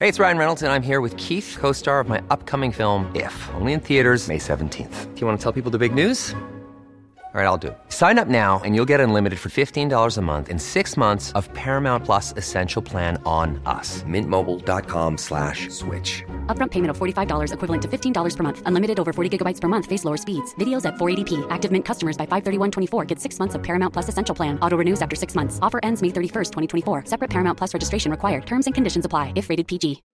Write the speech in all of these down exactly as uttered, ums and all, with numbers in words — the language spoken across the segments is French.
Hey, it's Ryan Reynolds, and I'm here with Keith, co-star of my upcoming film, If, only in theaters May seventeenth. Do you want to tell people the big news? All right, I'll do it. Sign up now and you'll get unlimited for fifteen dollars a month and six months of Paramount Plus Essential Plan on us. Mint Mobile dot com slash switch. Upfront payment of forty-five dollars equivalent to fifteen dollars per month. Unlimited over forty gigabytes per month. Face lower speeds. Videos at four eighty p. Active Mint customers by five thirty-one twenty-four get six months of Paramount Plus Essential Plan. Auto renews after six months. Offer ends May thirty-first, twenty twenty-four. Separate Paramount Plus registration required. Terms and conditions apply if rated P G.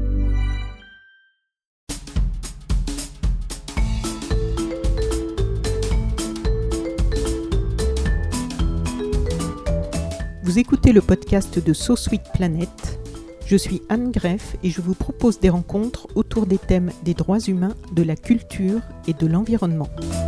Vous écoutez le podcast de So Sweet Planet. Je suis Anne Greff et je vous propose des rencontres autour des thèmes des droits humains, de la culture et de l'environnement.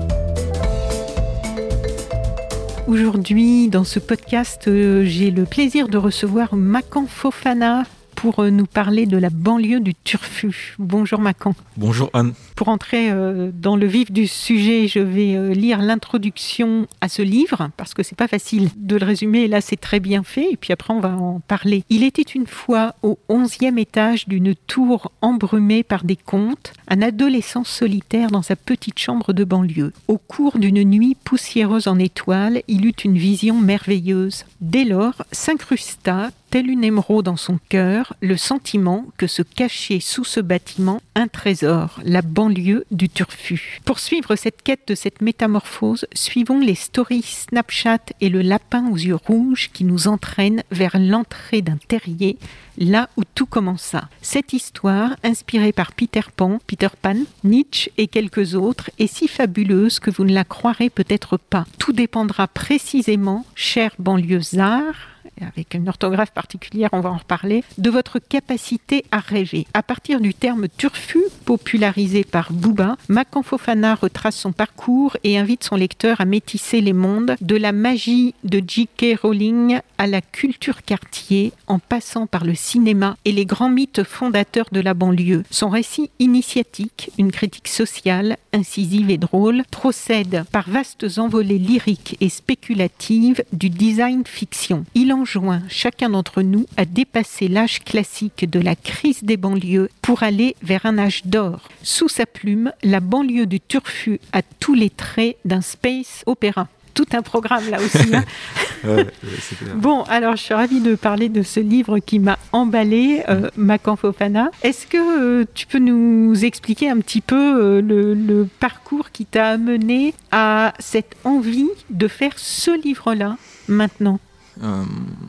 Aujourd'hui, dans ce podcast, euh, j'ai le plaisir de recevoir Makan Fofana pour euh, nous parler de la banlieue du Turfu. Bonjour Makan. Bonjour Anne. Pour entrer euh, dans le vif du sujet, je vais euh, lire l'introduction à ce livre, parce que c'est pas facile de le résumer, et là c'est très bien fait, et puis après on va en parler. Il était une fois au onzième étage d'une tour embrumée par des contes, un adolescent solitaire dans sa petite chambre de banlieue. Au cours d'une nuit poussiéreuse en étoiles, il eut une vision merveilleuse. Dès lors, s'incrusta, tel une émeraude dans son cœur, le sentiment que se cachait sous ce bâtiment un trésor, la banlieue du Turfu. Pour suivre cette quête de cette métamorphose, suivons les stories Snapchat et le lapin aux yeux rouges qui nous entraînent vers l'entrée d'un terrier, là où tout commença. Cette histoire, inspirée par Peter Pan, Peter Pan, Nietzsche et quelques autres, est si fabuleuse que vous ne la croirez peut-être pas. Tout dépendra précisément, chers banlieusards, avec une orthographe particulière, on va en reparler, de votre capacité à rêver. À partir du terme turfu, popularisé par Booba, Makan Fofana retrace son parcours et invite son lecteur à métisser les mondes, de la magie de J K Rowling à la culture quartier, en passant par le cinéma et les grands mythes fondateurs de la banlieue. Son récit initiatique, une critique sociale, incisive et drôle, procède par vastes envolées lyriques et spéculatives du design fiction. Il enjoint chacun d'entre nous à dépasser l'âge classique de la crise des banlieues pour aller vers un âge d'or. Sous sa plume, la banlieue du Turfu a tous les traits d'un space opéra. Tout un programme là aussi. Hein. Ouais, c'est clair. Bon, alors je suis ravie de parler de ce livre qui m'a emballé, euh, Makan Fofana. Est-ce que euh, tu peux nous expliquer un petit peu euh, le, le parcours qui t'a amené à cette envie de faire ce livre-là maintenant ? euh,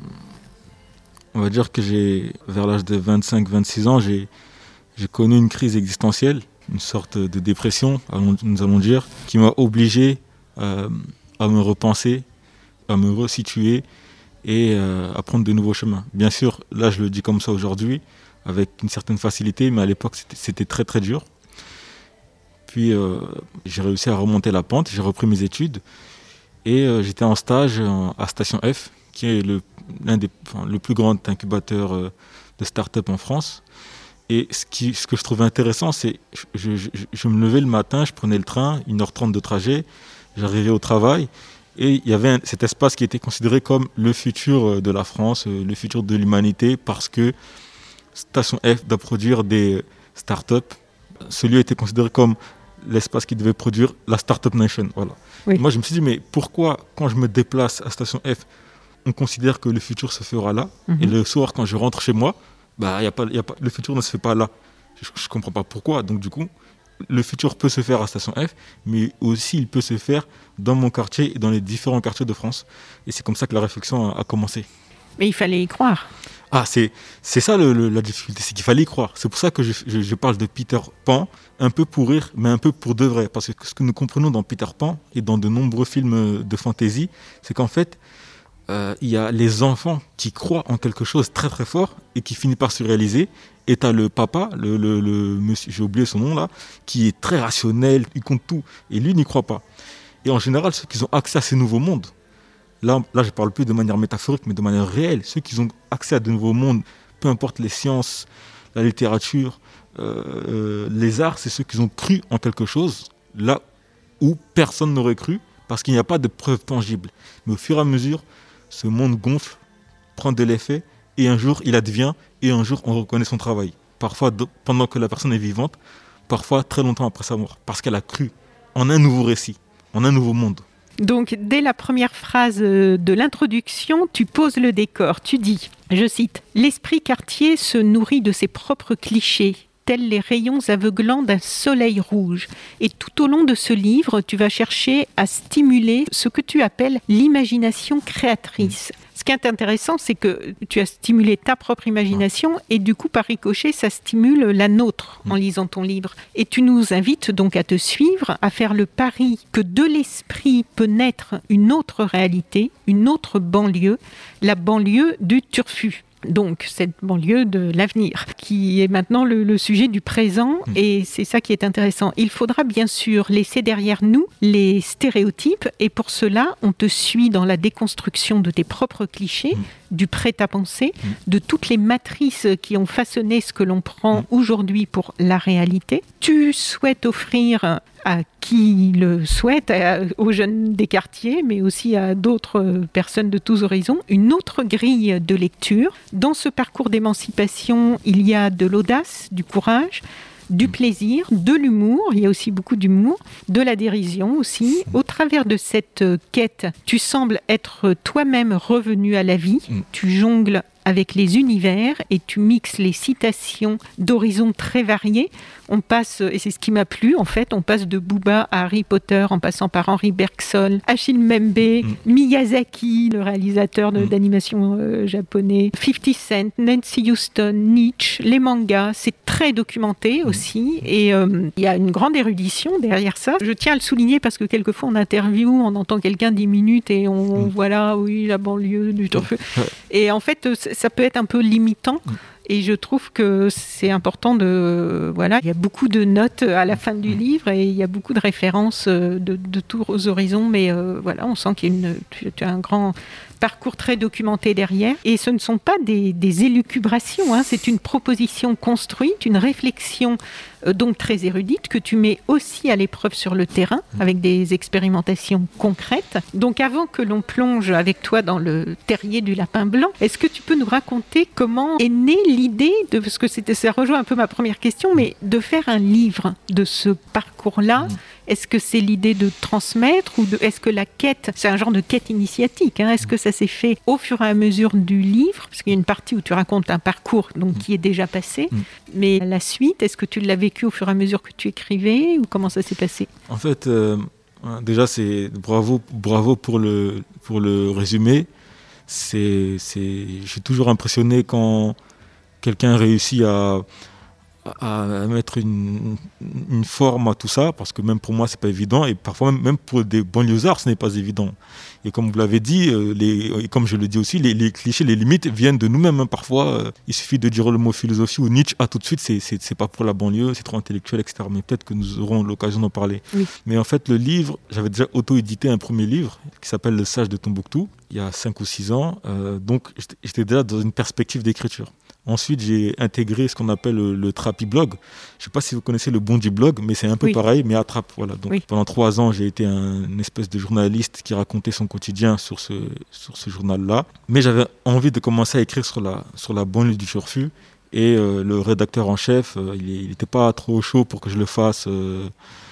On va dire que j'ai, vers l'âge de vingt-cinq vingt-six ans, j'ai, j'ai connu une crise existentielle, une sorte de dépression, allons, nous allons dire, qui m'a obligé euh, à me repenser, à me resituer et euh, à prendre de nouveaux chemins. Bien sûr, là je le dis comme ça aujourd'hui, avec une certaine facilité, mais à l'époque c'était, c'était très très dur. Puis euh, j'ai réussi à remonter la pente, j'ai repris mes études et euh, j'étais en stage à Station F, qui est le, l'un des, enfin, le plus grand incubateur euh, de start-up en France. Et ce, qui, ce que je trouvais intéressant, c'est que je, je, je me levais le matin, je prenais le train, une heure trente de trajet, j'arrivais au travail et il y avait un, cet espace qui était considéré comme le futur de la France, le futur de l'humanité, parce que Station F doit produire des startups. Ce lieu était considéré comme l'espace qui devait produire la Startup Nation. Voilà. Oui. Moi, je me suis dit, mais pourquoi, quand je me déplace à Station F, on considère que le futur se fera là, mm-hmm. et le soir, quand je rentre chez moi, bah, y a pas, y a pas, le futur ne se fait pas là. Je ne comprends pas pourquoi. Donc, du coup, le futur peut se faire à Station F, mais aussi il peut se faire dans mon quartier et dans les différents quartiers de France. Et c'est comme ça que la réflexion a, a commencé. Mais il fallait y croire. Ah, c'est, c'est ça le, le, la difficulté, c'est qu'il fallait y croire. C'est pour ça que je, je, je parle de Peter Pan, un peu pour rire, mais un peu pour de vrai. Parce que ce que nous comprenons dans Peter Pan et dans de nombreux films de fantasy, c'est qu'en fait, euh, il y a les enfants qui croient en quelque chose très très fort et qui finit par se réaliser. Et t'as le papa, le, le, le monsieur, j'ai oublié son nom là, qui est très rationnel, il compte tout, et lui n'y croit pas. Et en général, ceux qui ont accès à ces nouveaux mondes, là, là je ne parle plus de manière métaphorique, mais de manière réelle, ceux qui ont accès à de nouveaux mondes, peu importe les sciences, la littérature, euh, euh, les arts, c'est ceux qui ont cru en quelque chose, là où personne n'aurait cru, parce qu'il n'y a pas de preuves tangibles. Mais au fur et à mesure, ce monde gonfle, prend de l'effet, et un jour il advient, et un jour on reconnaît son travail. parfois de, pendant que la personne est vivante, parfois très longtemps après sa mort, parce qu'elle a cru en un nouveau récit, en un nouveau monde. Donc, dès la première phrase de l'introduction, tu poses le décor. Tu dis, je cite, « L'esprit Cartier se nourrit de ses propres clichés, tels les rayons aveuglants d'un soleil rouge. Et tout au long de ce livre, tu vas chercher à stimuler ce que tu appelles l'imagination créatrice. » Ce qui est intéressant, c'est que tu as stimulé ta propre imagination et du coup, par ricochet, ça stimule la nôtre en lisant ton livre. Et tu nous invites donc à te suivre, à faire le pari que de l'esprit peut naître une autre réalité, une autre banlieue, la banlieue du Turfu. Donc, cette banlieue de l'avenir, qui est maintenant le, le sujet du présent, mmh. et c'est ça qui est intéressant. Il faudra bien sûr laisser derrière nous les stéréotypes, et pour cela, on te suit dans la déconstruction de tes propres clichés, mmh. du prêt-à-penser, mmh. de toutes les matrices qui ont façonné ce que l'on prend mmh. aujourd'hui pour la réalité. Tu souhaites offrir à qui le souhaite, à, aux jeunes des quartiers, mais aussi à d'autres personnes de tous horizons, une autre grille de lecture. Dans ce parcours d'émancipation, il y a de l'audace, du courage, du plaisir, de l'humour, il y a aussi beaucoup d'humour, de la dérision aussi. Au travers de cette quête, tu sembles être toi-même revenu à la vie, tu jongles avec les univers et tu mixes les citations d'horizons très variés. On passe, et c'est ce qui m'a plu en fait, on passe de Booba à Harry Potter en passant par Henri Bergson, Achille Mbembe, mm. Miyazaki, le réalisateur de, mm. d'animation euh, japonais, fifty cent, Nancy Houston, Nietzsche, les mangas, c'est très documenté mm. aussi et il euh, y a une grande érudition derrière ça. Je tiens à le souligner parce que quelquefois en interview, on entend quelqu'un dix minutes et on, mm. voilà, oui, la banlieue du Turfu. Et en fait, ça peut être un peu limitant. Mm. Et je trouve que c'est important de... Voilà, il y a beaucoup de notes à la fin du livre et il y a beaucoup de références de, de tous aux horizons, mais euh, voilà, on sent qu'il y a une, tu as un grand parcours très documenté derrière. Et ce ne sont pas des, des élucubrations, hein, c'est une proposition construite, une réflexion euh, donc très érudite que tu mets aussi à l'épreuve sur le terrain avec des expérimentations concrètes. Donc avant que l'on plonge avec toi dans le terrier du lapin blanc, est-ce que tu peux nous raconter comment est née l'idée de, parce que c'était, ça rejoint un peu ma première question, mais de faire un livre de ce parcours-là? Mmh. Est-ce que c'est l'idée de transmettre ou de, est-ce que la quête, c'est un genre de quête initiatique, hein, est-ce que ça s'est fait au fur et à mesure du livre? Parce qu'il y a une partie où tu racontes un parcours donc, qui est déjà passé, mmh. mais la suite, est-ce que tu l'as vécu au fur et à mesure que tu écrivais ou comment ça s'est passé? En fait, euh, déjà, c'est bravo, bravo pour le, pour le résumé. C'est, c'est, je suis toujours impressionné quand quelqu'un réussit à, à mettre une, une forme à tout ça, parce que même pour moi, c'est pas évident, et parfois même, même pour des banlieusards, ce n'est pas évident. Et comme vous l'avez dit, les, et comme je le dis aussi, les, les clichés, les limites viennent de nous-mêmes. Hein. Parfois, euh, il suffit de dire le mot philosophie ou Nietzsche, ah, tout de suite, c'est, c'est, c'est pas pour la banlieue, c'est trop intellectuel, et cetera. Mais peut-être que nous aurons l'occasion d'en parler. Oui. Mais en fait, le livre, j'avais déjà auto-édité un premier livre qui s'appelle Le Sage de Tombouctou, il y a cinq ou six ans. Euh, donc, j'étais, j'étais déjà dans une perspective d'écriture. Ensuite, j'ai intégré ce qu'on appelle le, le Trappy Blog. Je ne sais pas si vous connaissez le Bondy Blog, mais c'est un peu oui. pareil, mais à Trappes. Voilà. Donc, oui. Pendant trois ans, j'ai été un, une espèce de journaliste qui racontait son quotidien sur ce, sur ce journal-là. Mais j'avais envie de commencer à écrire sur la, sur la banlieue du Turfu. Et euh, le rédacteur en chef, euh, il n'était pas trop chaud pour que je le fasse euh,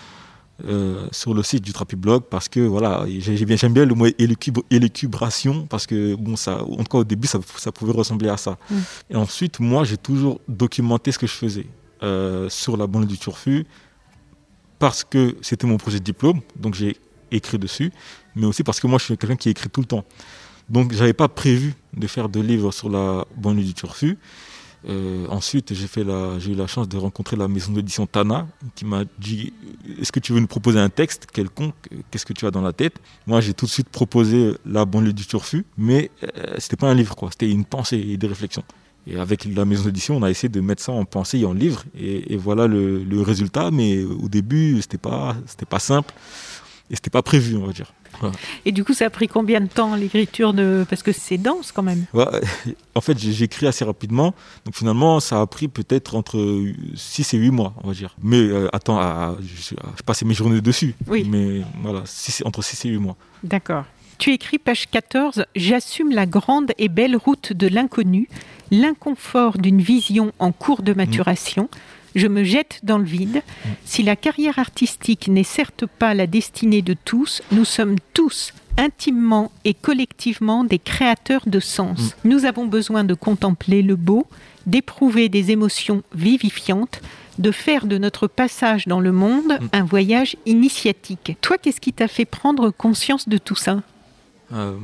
euh, sur le site du Trappy Blog, parce que voilà, j'ai bien, j'aime bien le mot élucub- élucubration, parce que bon, ça, en tout cas au début, ça, ça pouvait ressembler à ça. Mmh. Et ensuite, moi, j'ai toujours documenté ce que je faisais euh, sur la banlieue du Turfu, parce que c'était mon projet de diplôme, donc j'ai écrit dessus, mais aussi parce que moi, je suis quelqu'un qui écrit tout le temps. Donc, je n'avais pas prévu de faire de livres sur la banlieue du Turfu. Euh, ensuite, j'ai, fait la, j'ai eu la chance de rencontrer la maison d'édition Tana, qui m'a dit « Est-ce que tu veux nous proposer un texte quelconque? Qu'est-ce que tu as dans la tête ?» Moi, j'ai tout de suite proposé la banlieue du Turfu, mais euh, c'était pas un livre, quoi. C'était une pensée et des réflexions. Et avec la maison d'édition, on a essayé de mettre ça en pensée et en livre, et, et voilà le, le résultat. Mais au début, c'était pas, c'était pas simple, et c'était pas prévu, on va dire. Voilà. Et du coup, ça a pris combien de temps l'écriture de... Parce que c'est dense quand même. Ouais, en fait, j'ai, j'ai écrit assez rapidement. Donc finalement, ça a pris peut-être entre six et huit mois, on va dire. Mais euh, attends, à, je, je passais mes journées dessus. Oui. Mais voilà, six, entre six et huit mois. D'accord. Tu écris page quatorze, « J'assume la grande et belle route de l'inconnu. l'inconfort d'une vision en cours de maturation. Mmh. Je me jette dans le vide. Mmh. Si la carrière artistique n'est certes pas la destinée de tous, nous sommes tous intimement et collectivement des créateurs de sens. Mmh. Nous avons besoin de contempler le beau, d'éprouver des émotions vivifiantes, de faire de notre passage dans le monde mmh. un voyage initiatique. Toi, qu'est-ce qui t'a fait prendre conscience de tout ça ? euh,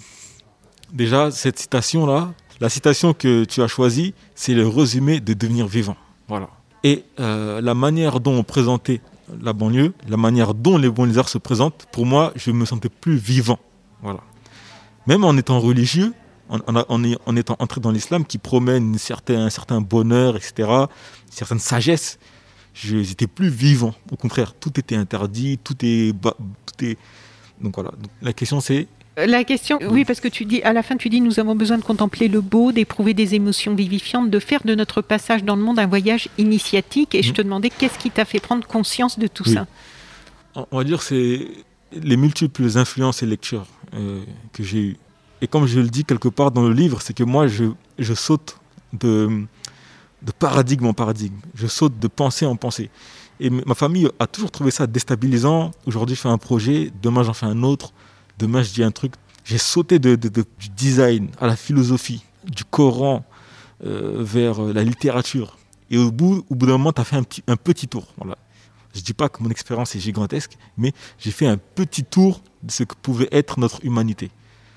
Déjà, cette citation-là, la citation que tu as choisie, c'est le résumé de Devenir vivant. Voilà. Et euh, la manière dont on présentait la banlieue, la manière dont les banlieusards se présentent, pour moi, je me sentais plus vivant. Voilà. Même en étant religieux, en, en, en, en étant entré dans l'islam, qui promène une certain, un certain bonheur, et cetera, une certaine sagesse, je n'étais plus vivant. Au contraire, tout était interdit, tout est... Tout est... Donc voilà. Donc, la question, c'est... La question, oui, parce que tu dis, à la fin, tu dis, nous avons besoin de contempler le beau, d'éprouver des émotions vivifiantes, de faire de notre passage dans le monde un voyage initiatique. Et mmh. je te demandais, qu'est-ce qui t'a fait prendre conscience de tout oui. ça ? On va dire, c'est les multiples influences et lectures euh, que j'ai eues. Et comme je le dis quelque part dans le livre, c'est que moi, je, je saute de, de paradigme en paradigme. Je saute de pensée en pensée. Et ma famille a toujours trouvé ça déstabilisant. Aujourd'hui, je fais un projet, demain, j'en fais un autre. Demain, je dis un truc. J'ai sauté de, de, de, du design à la philosophie, du Coran euh, vers la littérature. Et au bout, au bout d'un moment, tu as fait un petit, un petit tour. Voilà. Je ne dis pas que mon expérience est gigantesque, mais j'ai fait un petit tour de ce que pouvait être notre humanité.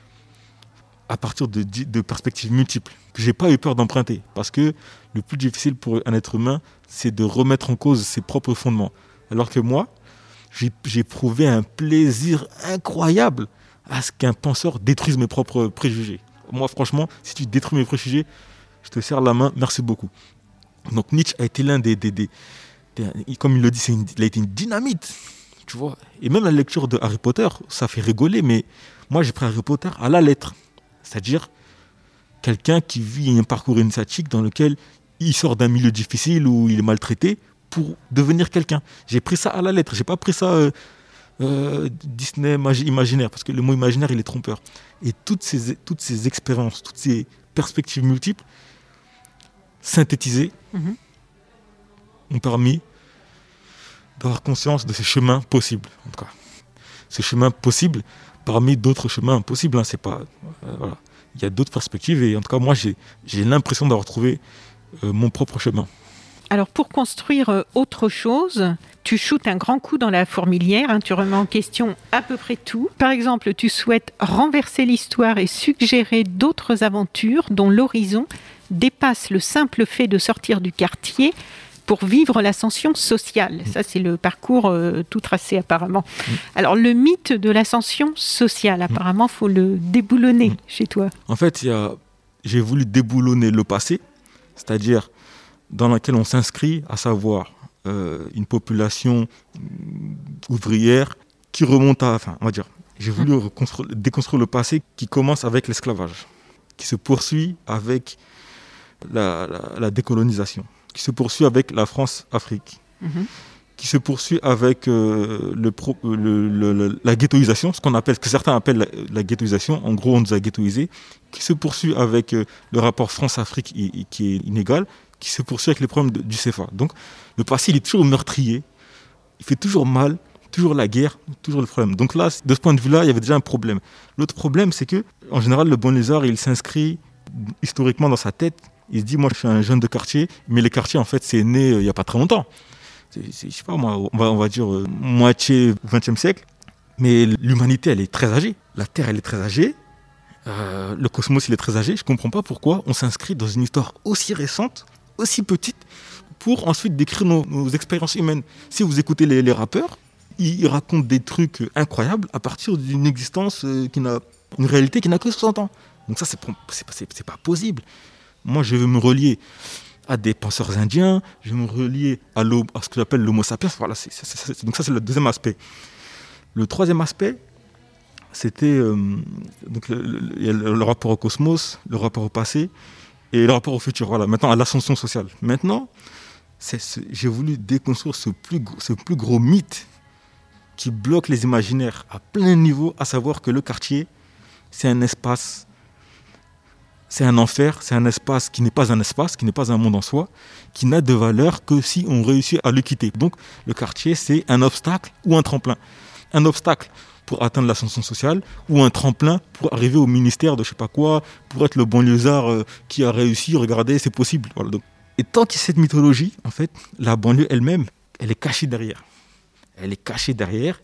À partir de, de perspectives multiples, que je n'ai pas eu peur d'emprunter. Parce que le plus difficile pour un être humain, c'est de remettre en cause ses propres fondements. Alors que moi, J'ai, j'ai éprouvé un plaisir incroyable à ce qu'un penseur détruise mes propres préjugés. Moi, franchement, si tu détruis mes préjugés, je te serre la main, merci beaucoup. Donc Nietzsche a été l'un des... des, des, des comme il le dit, c'est une, il a été une dynamite, tu vois. Et même la lecture de Harry Potter, ça fait rigoler, mais moi, j'ai pris Harry Potter à la lettre. C'est-à-dire quelqu'un qui vit un parcours initiatique dans lequel il sort d'un milieu difficile où il est maltraité, pour devenir quelqu'un. J'ai pris ça à la lettre. J'ai pas pris ça euh, euh, Disney magi- imaginaire, parce que le mot imaginaire, il est trompeur. Et toutes ces, toutes ces expériences, toutes ces perspectives multiples, synthétisées, mm-hmm. ont permis d'avoir conscience de ce chemin possible. En tout cas, ce chemin possible parmi d'autres chemins impossibles. Hein, c'est pas, euh, voilà. Il y a d'autres perspectives et en tout cas, moi, j'ai, j'ai l'impression d'avoir trouvé euh, mon propre chemin. Alors, pour construire autre chose, tu shootes un grand coup dans la fourmilière, hein, tu remets en question à peu près tout. Par exemple, tu souhaites renverser l'histoire et suggérer d'autres aventures dont l'horizon dépasse le simple fait de sortir du quartier pour vivre l'ascension sociale. Ça, c'est le parcours euh, tout tracé apparemment. Alors, le mythe de l'ascension sociale, apparemment, il faut le déboulonner mmh. chez toi. En fait, y a... j'ai voulu déboulonner le passé, c'est-à-dire dans laquelle on s'inscrit, à savoir euh, une population ouvrière qui remonte à... Enfin, on va dire, j'ai voulu reconstruire, déconstruire le passé qui commence avec l'esclavage, qui se poursuit avec la, la, la décolonisation, qui se poursuit avec la France-Afrique, mm-hmm. qui se poursuit avec euh, le pro, le, le, le, la ghettoisation, ce qu'on appelle, ce que certains appellent la, la ghettoisation. En gros, on nous a ghettoisés, qui se poursuit avec euh, le rapport France-Afrique i, i, qui est inégal, qui se poursuit avec les problèmes de, du C F A. Donc, le passé, il est toujours meurtrier, il fait toujours mal, toujours la guerre, toujours le problème. Donc là, de ce point de vue-là, il y avait déjà un problème. L'autre problème, c'est que, en général, le banlieusard, il s'inscrit historiquement dans sa tête. Il se dit, moi, je suis un jeune de quartier, mais les quartiers, en fait, c'est né euh, il n'y a pas très longtemps. C'est, c'est, je sais pas, moi, on va, on va dire euh, moitié vingtième siècle. Mais l'humanité, elle est très âgée. La Terre, elle est très âgée. Euh, le cosmos, il est très âgé. Je ne comprends pas pourquoi on s'inscrit dans une histoire aussi récente, aussi petite, pour ensuite décrire nos, nos expériences humaines. Si vous écoutez les, les rappeurs, ils, ils racontent des trucs incroyables à partir d'une existence euh, qui n'a, une réalité qui n'a que soixante ans. Donc ça, c'est, c'est, c'est, c'est pas possible. Moi, je veux me relier à des penseurs indiens, je veux me relier à, à ce que j'appelle l'homo sapiens. Voilà, c'est, c'est, c'est, c'est, donc ça, c'est le deuxième aspect. Le troisième aspect, c'était euh, donc le, le, le, le rapport au cosmos, le rapport au passé, et le rapport au futur, voilà, maintenant à l'ascension sociale. Maintenant, c'est ce, j'ai voulu déconstruire ce plus, ce plus gros mythe qui bloque les imaginaires à plein niveau, à savoir que le quartier, c'est un espace, c'est un enfer, c'est un espace qui n'est pas un espace, qui n'est pas un monde en soi, qui n'a de valeur que si on réussit à le quitter. Donc le quartier, c'est un obstacle ou un tremplin. Un obstacle pour atteindre l'ascension sociale ou un tremplin pour arriver au ministère de je sais pas quoi, pour être le banlieusard euh, qui a réussi, regardez, c'est possible. Voilà, donc. Et tant qu'il y a cette mythologie, en fait, la banlieue elle-même, elle est cachée derrière. Elle est cachée derrière,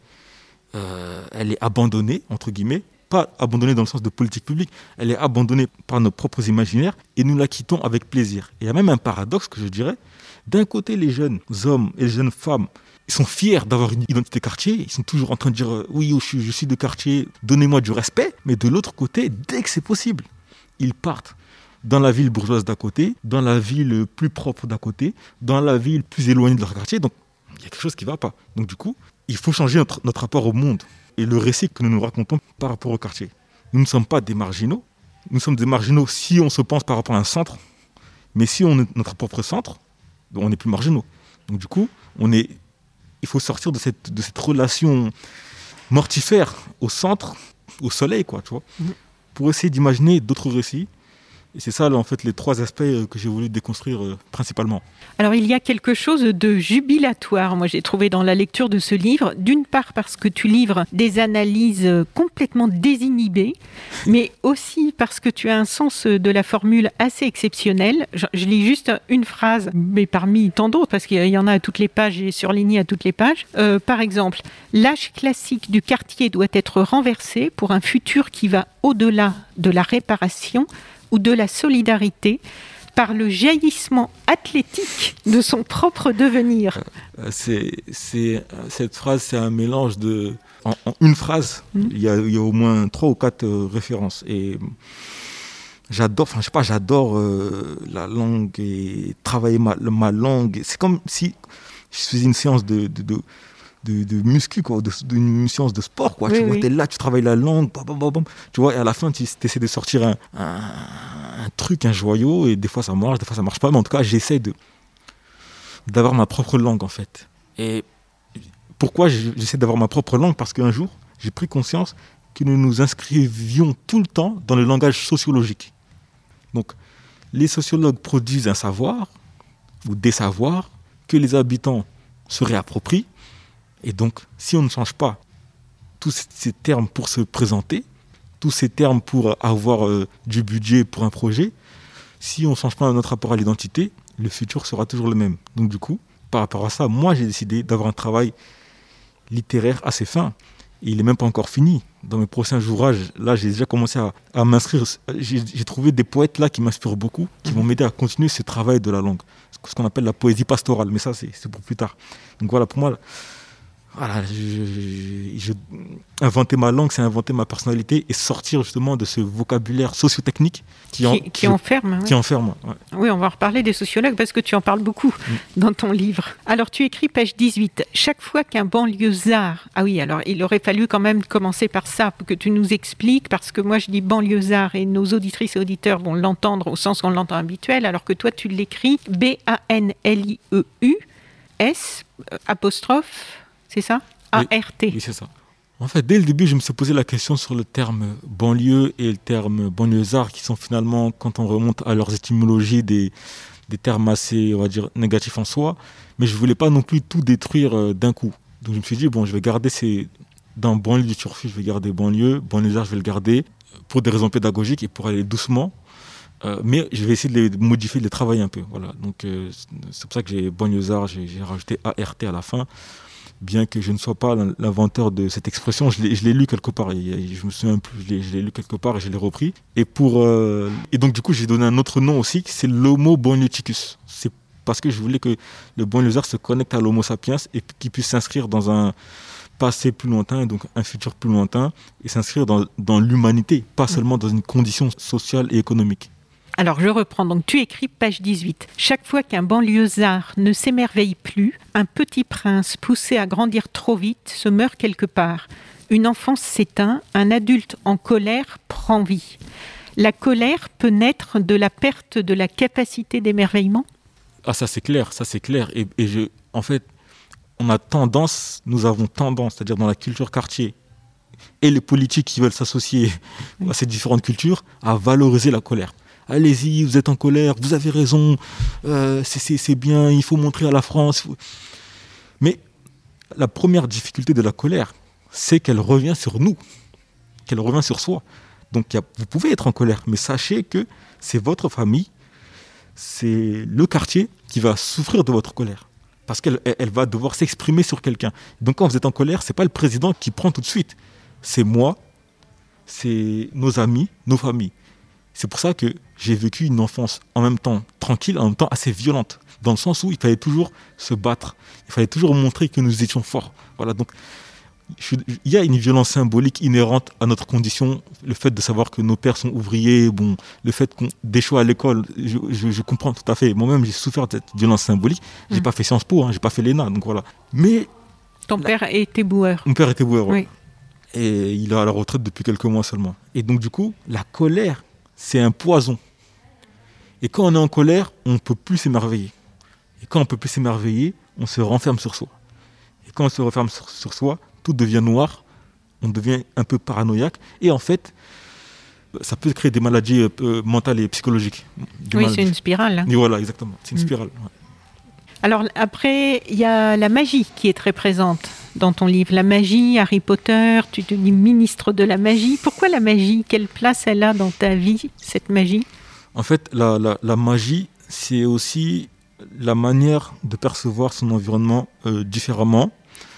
euh, elle est abandonnée, entre guillemets, pas abandonnée dans le sens de politique publique, elle est abandonnée par nos propres imaginaires et nous la quittons avec plaisir. Et il y a même un paradoxe que je dirais, d'un côté les jeunes hommes et les jeunes femmes, ils sont fiers d'avoir une identité quartier, ils sont toujours en train de dire euh, oui, je suis, je suis de quartier, donnez-moi du respect, mais de l'autre côté, dès que c'est possible, ils partent dans la ville bourgeoise d'à côté, dans la ville plus propre d'à côté, dans la ville plus éloignée de leur quartier, donc il y a quelque chose qui ne va pas. Donc du coup, il faut changer notre, notre rapport au monde et le récit que nous nous racontons par rapport au quartier. Nous ne sommes pas des marginaux, nous sommes des marginaux si on se pense par rapport à un centre, mais si on est notre propre centre, on n'est plus marginaux. Donc du coup, on est, il faut sortir de cette, de cette relation mortifère au centre, au soleil, quoi, tu vois, mmh. pour essayer d'imaginer d'autres récits. Et c'est ça, là, en fait, les trois aspects que j'ai voulu déconstruire euh, principalement. Alors, il y a quelque chose de jubilatoire, moi, j'ai trouvé dans la lecture de ce livre. D'une part, parce que tu livres des analyses complètement désinhibées, mais aussi parce que tu as un sens de la formule assez exceptionnel. Je, je lis juste une phrase, mais parmi tant d'autres, parce qu'il y en a à toutes les pages et surligné à toutes les pages. Euh, par exemple, « L'âge classique du quartier doit être renversé pour un futur qui va au-delà de la réparation ou de la solidarité par le jaillissement athlétique de son propre devenir. » C'est, c'est, cette phrase, c'est un mélange de... En, en une phrase, mmh. il, y a, il y a au moins trois ou quatre euh, références. Et j'adore, enfin, je sais pas, j'adore euh, la langue et travailler ma, ma langue. C'est comme si je faisais une séance de... de, de de, de muscu, quoi, de, de, une séance de sport, quoi. Oui, tu vois, oui. T'es là, tu travailles la langue, bam, bam, bam, tu vois, et à la fin, tu essaies de sortir un, un, un truc, un joyau, et des fois ça marche, des fois ça marche pas, mais en tout cas, j'essaie de, d'avoir ma propre langue, en fait. Et pourquoi j'essaie d'avoir ma propre langue ? Parce qu'un jour, j'ai pris conscience que nous nous inscrivions tout le temps dans le langage sociologique. Donc, les sociologues produisent un savoir, ou des savoirs, que les habitants se réapproprient. Et donc, si on ne change pas tous ces termes pour se présenter, tous ces termes pour avoir euh, du budget pour un projet, si on ne change pas notre rapport à l'identité, le futur sera toujours le même. Donc du coup, par rapport à ça, moi j'ai décidé d'avoir un travail littéraire assez fin. Et il n'est même pas encore fini. Dans mes prochains ouvrages, là j'ai déjà commencé à, à m'inscrire. J'ai, j'ai trouvé des poètes là qui m'inspirent beaucoup, qui vont m'aider à continuer ce travail de la langue. Ce qu'on appelle la poésie pastorale, mais ça c'est, c'est pour plus tard. Donc voilà, pour moi... Voilà, je, je, je, inventer ma langue, c'est inventer ma personnalité et sortir justement de ce vocabulaire socio-technique qui, en, qui, qui enferme. Qui ouais. enferme ouais. Oui, on va en reparler des sociologues parce que tu en parles beaucoup mmh. dans ton livre. Alors, tu écris page dix-huit. Chaque fois qu'un banlieusard... Ah oui, alors il aurait fallu quand même commencer par ça, pour que tu nous expliques, parce que moi je dis banlieusard et nos auditrices et auditeurs vont l'entendre au sens qu'on l'entend habituel, alors que toi tu l'écris B A N L I E U S apostrophe... C'est ça ? A R T. Oui, oui, c'est ça. En fait, dès le début, je me suis posé la question sur le terme banlieue et le terme banlieusard, qui sont finalement, quand on remonte à leurs étymologies, des, des termes assez, on va dire, négatifs en soi. Mais je ne voulais pas non plus tout détruire euh, d'un coup. Donc je me suis dit, bon, je vais garder ces... Dans banlieue du Turfu, je vais garder banlieue. Banlieusard, je vais le garder pour des raisons pédagogiques et pour aller doucement. Euh, mais je vais essayer de les modifier, de les travailler un peu. Voilà. Donc euh, c'est pour ça que j'ai banlieusard, j'ai, j'ai rajouté A R T à la fin. Bien que je ne sois pas l'inventeur de cette expression, je l'ai, je l'ai lu quelque part. Et je me souviens plus, je l'ai, je l'ai lu quelque part et je l'ai repris. Et, pour, euh, et donc, du coup, j'ai donné un autre nom aussi, c'est l'Homo banlieusticus. C'est parce que je voulais que le banlieusard se connecte à l'Homo sapiens et qu'il puisse s'inscrire dans un passé plus lointain, et donc un futur plus lointain, et s'inscrire dans, dans l'humanité, pas seulement dans une condition sociale et économique. Alors, je reprends. Donc, tu écris page dix-huit. Chaque fois qu'un banlieusard ne s'émerveille plus, un petit prince poussé à grandir trop vite se meurt quelque part. Une enfance s'éteint, un adulte en colère prend vie. La colère peut naître de la perte de la capacité d'émerveillement ? Ah, ça c'est clair, ça c'est clair. Et, et je, en fait, on a tendance, nous avons tendance, c'est-à-dire dans la culture quartier, et les politiques qui veulent s'associer à ces différentes cultures, à valoriser la colère. allez-y, vous êtes en colère, vous avez raison, euh, c'est, c'est, c'est bien, il faut montrer à la France. Faut... Mais la première difficulté de la colère, c'est qu'elle revient sur nous, qu'elle revient sur soi. Donc y a, vous pouvez être en colère, mais sachez que c'est votre famille, c'est le quartier qui va souffrir de votre colère. Parce qu'elle elle va devoir s'exprimer sur quelqu'un. Donc quand vous êtes en colère, ce n'est pas le président qui prend tout de suite. C'est moi, c'est nos amis, nos familles. C'est pour ça que j'ai vécu une enfance en même temps tranquille, en même temps assez violente. Dans le sens où il fallait toujours se battre. Il fallait toujours montrer que nous étions forts. Voilà, donc je, il y a une violence symbolique inhérente à notre condition. Le fait de savoir que nos pères sont ouvriers, bon, le fait qu'on d'échouer à l'école, je, je, je comprends tout à fait. Moi-même, j'ai souffert de cette violence symbolique. Je n'ai mmh. pas fait Sciences Po, hein, je n'ai pas fait l'E N A. Donc voilà. Mais ton la... père était boueur. Mon père était boueur, oui. Ouais. Et il est à la retraite depuis quelques mois seulement. Et donc du coup, la colère, c'est un poison. Et quand on est en colère, on ne peut plus s'émerveiller. Et quand on ne peut plus s'émerveiller, on se renferme sur soi. Et quand on se renferme sur, sur soi, tout devient noir, on devient un peu paranoïaque. Et en fait, ça peut créer des maladies euh, mentales et psychologiques. Oui, maladies. C'est une spirale. Hein. Et voilà, exactement, c'est une mmh. spirale. Ouais. Alors après, il y a la magie qui est très présente dans ton livre. La magie, Harry Potter, tu te dis ministre de la magie. Pourquoi la magie ? Quelle place elle a dans ta vie, cette magie ? En fait, la, la, la magie, c'est aussi la manière de percevoir son environnement euh, différemment.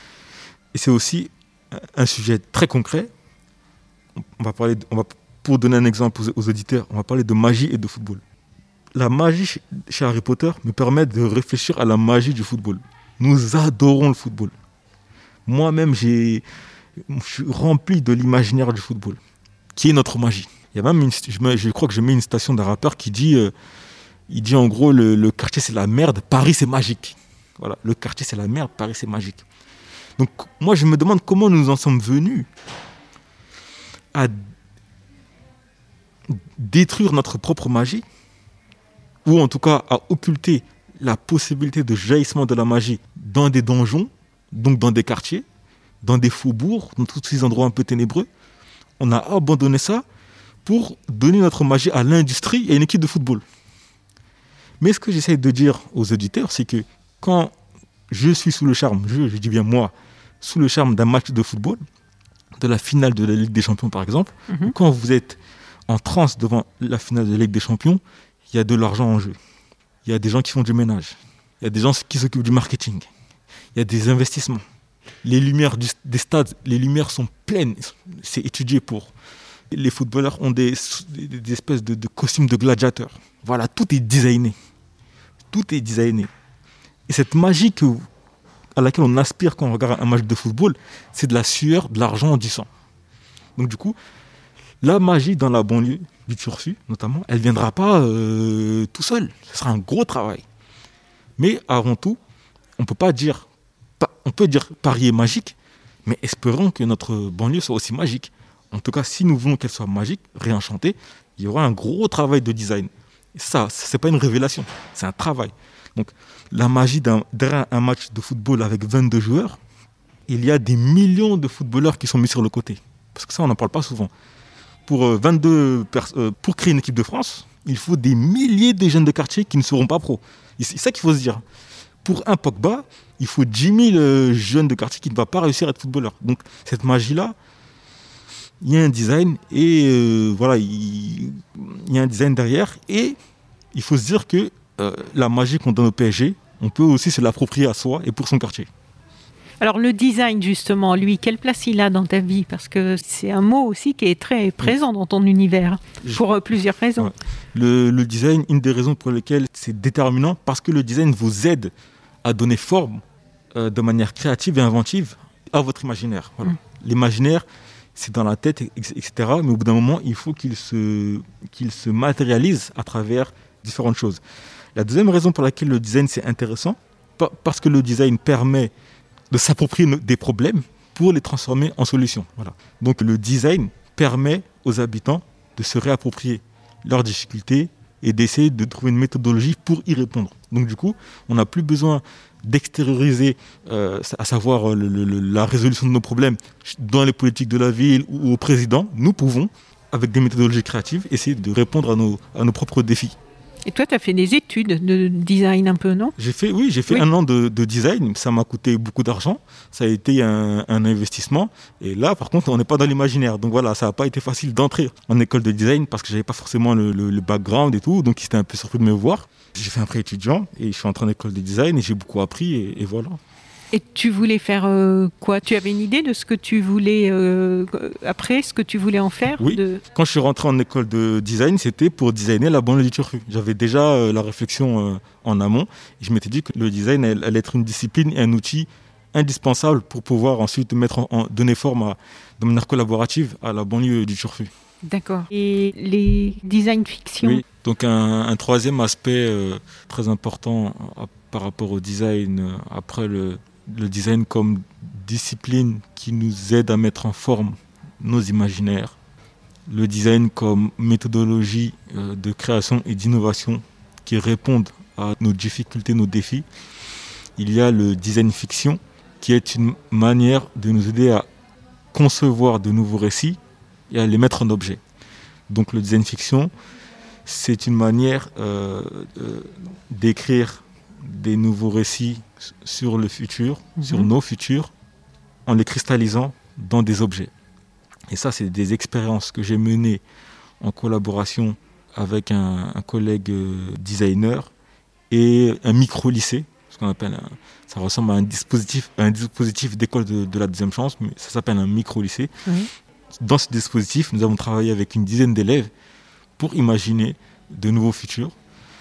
Et c'est aussi un sujet très concret. On va parler de, on va, pour donner un exemple aux, aux auditeurs, on va parler de magie et de football. La magie chez, chez Harry Potter me permet de réfléchir à la magie du football. Nous adorons le football. Moi-même, j'ai, je suis rempli de l'imaginaire du football, qui est notre magie. Il y a même une, je, me, je crois que je mets une citation d'un rappeur qui dit, euh, il dit en gros, le, le quartier c'est la merde, Paris c'est magique. Voilà, le quartier c'est la merde, Paris c'est magique. Donc moi je me demande comment nous en sommes venus à détruire notre propre magie, ou en tout cas à occulter la possibilité de jaillissement de la magie dans des donjons, donc dans des quartiers, dans des faubourgs, dans tous ces endroits un peu ténébreux. On a abandonné ça pour donner notre magie à l'industrie et à une équipe de football. Mais ce que j'essaie de dire aux auditeurs, c'est que quand je suis sous le charme, je, je dis bien moi, sous le charme d'un match de football, de la finale de la Ligue des Champions par exemple, mm-hmm. quand vous êtes en transe devant la finale de la Ligue des Champions, il y a de l'argent en jeu. Il y a des gens qui font du ménage. Il y a des gens qui s'occupent du marketing. Il y a des investissements. Les lumières du, des stades, les lumières sont pleines. C'est étudié pour. Les footballeurs ont des, des, des espèces de, de costumes de gladiateurs. Voilà, tout est designé. Tout est designé. Et cette magie que, à laquelle on aspire quand on regarde un match de football, c'est de la sueur, de l'argent, du sang. Donc du coup, la magie dans la banlieue du Turfu, notamment, elle ne viendra pas euh, tout seul. Ce sera un gros travail. Mais avant tout, on peut pas dire, on peut dire Paris est magique, mais espérons que notre banlieue soit aussi magique. En tout cas, si nous voulons qu'elle soit magique, réenchantée, il y aura un gros travail de design. Et ça, c'est pas une révélation, c'est un travail. Donc, la magie d'un, derrière un match de football avec vingt-deux joueurs, il y a des millions de footballeurs qui sont mis sur le côté. Parce que ça, on n'en parle pas souvent. Pour, euh, vingt-deux pers- euh, pour créer une équipe de France, il faut des milliers de jeunes de quartier qui ne seront pas pros. Et c'est ça qu'il faut se dire. Pour un Pogba, il faut dix mille euh, jeunes de quartier qui ne vont pas réussir à être footballeurs. Donc, cette magie-là, il y a un design et euh, voilà, il, il y a un design derrière. Et il faut se dire que euh, la magie qu'on donne au P S G, on peut aussi se l'approprier à soi et pour son quartier. Alors le design justement, lui, quelle place il a dans ta vie ? Parce que c'est un mot aussi qui est très présent oui. dans ton univers, pour euh, plusieurs raisons. Ouais. Le, le design, une des raisons pour lesquelles c'est déterminant, parce que le design vous aide à donner forme euh, de manière créative et inventive à votre imaginaire. Voilà. Mmh. L'imaginaire, c'est dans la tête, et cetera. Mais au bout d'un moment, il faut qu'il se, qu'il se matérialise à travers différentes choses. La deuxième raison pour laquelle le design, c'est intéressant, parce que le design permet de s'approprier des problèmes pour les transformer en solutions. Voilà. Donc le design permet aux habitants de se réapproprier leurs difficultés et d'essayer de trouver une méthodologie pour y répondre. Donc du coup, on n'a plus besoin d'extérioriser, euh, à savoir le, le, la résolution de nos problèmes dans les politiques de la ville ou au président. Nous pouvons avec des méthodologies créatives, essayer de répondre à nos, à nos propres défis. Et toi, tu as fait des études de design un peu, non ? J'ai fait, oui, j'ai fait oui. un an de, de design. Ça m'a coûté beaucoup d'argent. Ça a été un, un investissement. Et là, par contre, on n'est pas dans l'imaginaire. Donc voilà, ça n'a pas été facile d'entrer en école de design parce que je n'avais pas forcément le, le, le background et tout. Donc ils étaient un peu surpris de me voir. J'ai fait un prêt étudiant et je suis entré en école de design et j'ai beaucoup appris et, et voilà. Et tu voulais faire euh, quoi ? Tu avais une idée de ce que tu voulais, euh, après, ce que tu voulais en faire ? Oui, de... quand je suis rentré en école de design, c'était pour designer la banlieue du Turfu. J'avais déjà euh, la réflexion euh, en amont. Et je m'étais dit que le design allait, allait être une discipline et un outil indispensable pour pouvoir ensuite mettre en, en, donner forme à, de manière collaborative à la banlieue du Turfu. D'accord. Et les design fiction ? Oui, donc un, un troisième aspect euh, très important à, par rapport au design, euh, après le... le design comme discipline qui nous aide à mettre en forme nos imaginaires, le design comme méthodologie de création et d'innovation qui répondent à nos difficultés, nos défis. Il y a le design fiction qui est une manière de nous aider à concevoir de nouveaux récits et à les mettre en objet. Donc le design fiction, c'est une manière euh, euh, d'écrire des nouveaux récits sur le futur, mmh. sur nos futurs, en les cristallisant dans des objets. Et ça, c'est des expériences que j'ai menées en collaboration avec un, un collègue euh, designer et un micro-lycée, ce qu'on appelle un, ça ressemble à un dispositif, un dispositif d'école de, de la deuxième chance, mais ça s'appelle un micro-lycée. Mmh. Dans ce dispositif, nous avons travaillé avec une dizaine d'élèves pour imaginer de nouveaux futurs.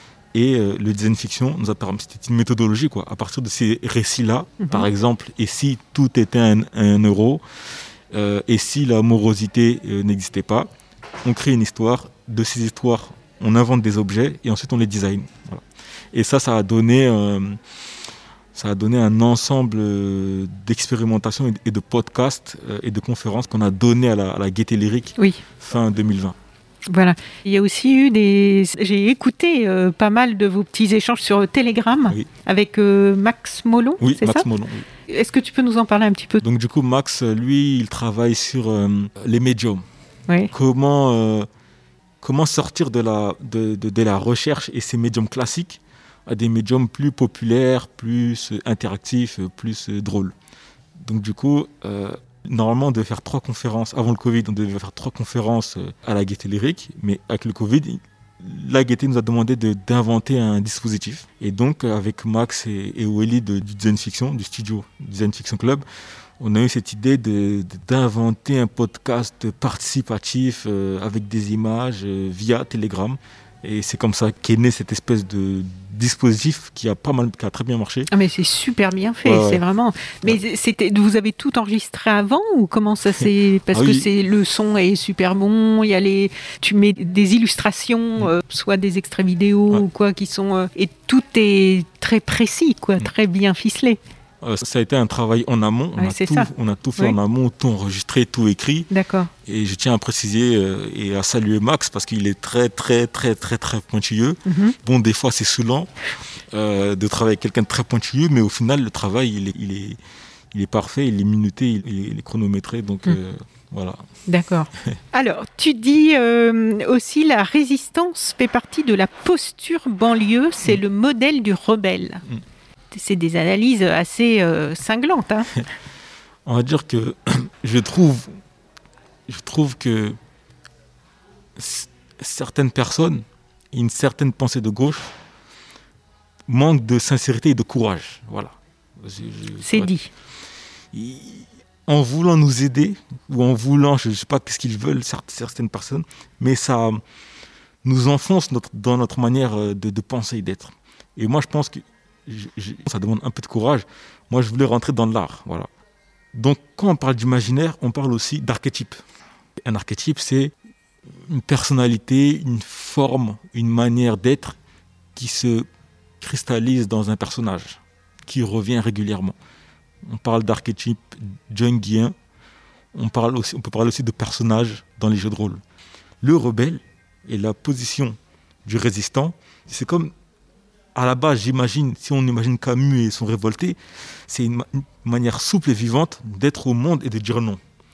Et euh, le design fiction nous a permis, c'était une méthodologie quoi. À partir de ces récits-là, mm-hmm. par exemple, et si tout était un, un euro, euh, et si la morosité euh, n'existait pas, on crée une histoire. De ces histoires, on invente des objets et ensuite on les design. Voilà. Et ça, ça a donné, euh, ça a donné un ensemble euh, d'expérimentations et, et de podcasts euh, et de conférences qu'on a donné à la, à la Gaîté Lyrique oui. fin deux mille vingt. Voilà. Il y a aussi eu des... J'ai écouté euh, pas mal de vos petits échanges sur Telegram oui. avec euh, Max Molon, oui, c'est Max ça Molon, oui. Est-ce que tu peux nous en parler un petit peu ? Donc du coup, Max, lui, il travaille sur euh, les médiums. Oui. Comment, euh, comment sortir de la, de, de, de la recherche et ces médiums classiques à des médiums plus populaires, plus interactifs, plus euh, drôles. Donc du coup... Euh, Normalement, on devait faire trois conférences. Avant le Covid, on devait faire trois conférences à la Gaîté Lyrique. Mais avec le Covid, la Gaîté nous a demandé de, d'inventer un dispositif. Et donc, avec Max et, et Wally de, du Design Fiction, du studio Design Fiction Club, on a eu cette idée de, de, d'inventer un podcast participatif euh, avec des images euh, via Telegram. Et c'est comme ça qu'est né cette espèce de dispositif qui a pas mal, qui a très bien marché. Ah mais c'est super bien fait, ouais, c'est ouais. vraiment. Mais ouais. c'était, vous avez tout enregistré avant ou comment ça s'est ? Parce ah, que oui. c'est le son est super bon. Il y a les, tu mets des illustrations, mmh. euh, soit des extraits vidéo ouais. ou quoi qui sont euh, et tout est très précis, quoi, mmh. très bien ficelé. Euh, ça a été un travail en amont. On, ouais, a, c'est tout, ça. on a tout fait oui. en amont, tout enregistré, tout écrit. D'accord. Et je tiens à préciser euh, et à saluer Max parce qu'il est très, très, très, très, très pointilleux. Mm-hmm. Bon, des fois, c'est saoulant euh, de travailler avec quelqu'un de très pointilleux, mais au final, le travail, il est, il est, il est parfait, il est minuté, il est, il est chronométré. Donc, mm. euh, voilà. D'accord. Alors, tu dis euh, aussi la résistance fait partie de la posture banlieue, c'est mm. le modèle du rebelle. Mm. C'est des analyses assez euh, cinglantes. Hein. On va dire que je trouve, je trouve que c- certaines personnes, une certaine pensée de gauche, manquent de sincérité et de courage. Voilà. Je, je, C'est ouais. dit. En voulant nous aider, ou en voulant, je ne sais pas ce qu'ils veulent, certaines personnes, mais ça nous enfonce notre, dans notre manière de, de penser et d'être. Et moi, je pense que Je, je, ça demande un peu de courage. Moi, je voulais rentrer dans l'art. Voilà. Donc, quand on parle d'imaginaire, on parle aussi d'archétype. Un archétype, c'est une personnalité, une forme, une manière d'être qui se cristallise dans un personnage, qui revient régulièrement. On parle d'archétype jungien. On, parle aussi, on peut parler aussi de personnages dans les jeux de rôle. Le rebelle et la position du résistant, c'est comme... À la base, j'imagine, si on imagine Camus et son révolté, c'est une, ma- une manière souple et vivante d'être au monde et de dire non.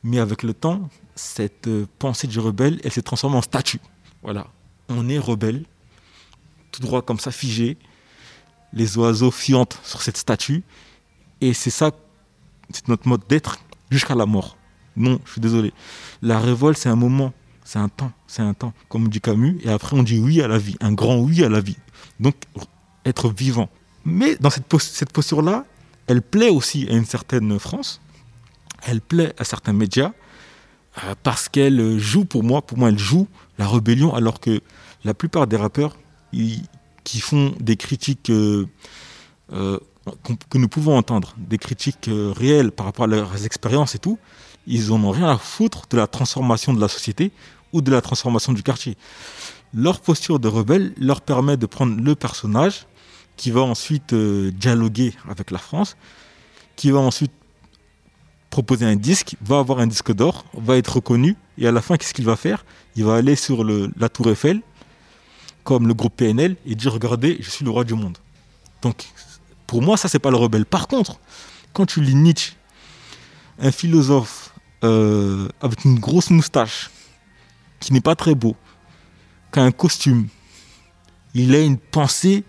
Mais avec le temps, cette euh, pensée du rebelle, elle s'est transformée en statue. Voilà. On est rebelle, tout droit comme ça, figé. Les oiseaux fiantent sur cette statue. Et c'est ça, c'est notre mode d'être jusqu'à la mort. Non, je suis désolé. La révolte, c'est un moment, c'est un temps, c'est un temps, comme dit Camus. Et après, on dit oui à la vie, un grand oui à la vie. Donc, être vivant. Mais dans cette, pos- cette posture-là, elle plaît aussi à une certaine France. Elle plaît à certains médias euh, parce qu'elle joue, pour moi, pour moi, elle joue la rébellion, alors que la plupart des rappeurs ils, qui font des critiques euh, euh, que nous pouvons entendre, des critiques euh, réelles par rapport à leurs expériences et tout, ils n'en ont rien à foutre de la transformation de la société ou de la transformation du quartier. Leur posture de rebelle leur permet de prendre le personnage qui va ensuite euh, dialoguer avec la France, qui va ensuite proposer un disque, va avoir un disque d'or, va être reconnu, et à la fin, qu'est-ce qu'il va faire ? Il va aller sur le, la Tour Eiffel, comme le groupe P N L, et dire « Regardez, je suis le roi du monde ». Donc, pour moi, ça, c'est pas le rebelle. Par contre, quand tu lis Nietzsche, un philosophe euh, avec une grosse moustache, qui n'est pas très beau, qui a un costume, il a une pensée...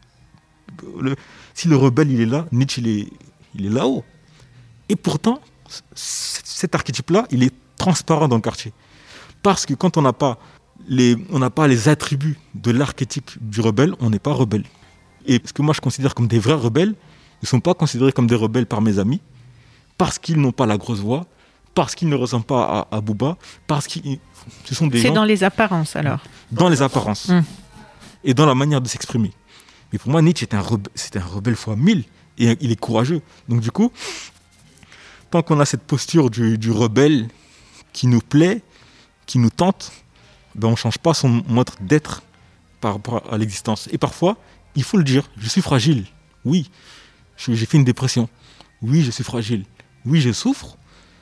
Le, si le rebelle, il est là, Nietzsche, il est, il est là-haut. Et pourtant, cet archétype-là, il est transparent dans le quartier. Parce que quand on n'a pas les, on n'a pas les attributs de l'archétype du rebelle, on n'est pas rebelle. Et ce que moi je considère comme des vrais rebelles, ils ne sont pas considérés comme des rebelles par mes amis, parce qu'ils n'ont pas la grosse voix, parce qu'ils ne ressemblent pas à, à Booba, parce qu'ils ce sont des C'est gens... dans les apparences alors. Dans les apparences. Mmh. Et dans la manière de s'exprimer. Mais pour moi, Nietzsche était un, rebe- c'était un rebelle fois mille. Et il est courageux. Donc du coup, tant qu'on a cette posture du, du rebelle qui nous plaît, qui nous tente, ben on ne change pas son mode d'être par rapport à l'existence. Et parfois, il faut le dire, je suis fragile. Oui, je- j'ai fait une dépression. Oui, je suis fragile. Oui, je souffre.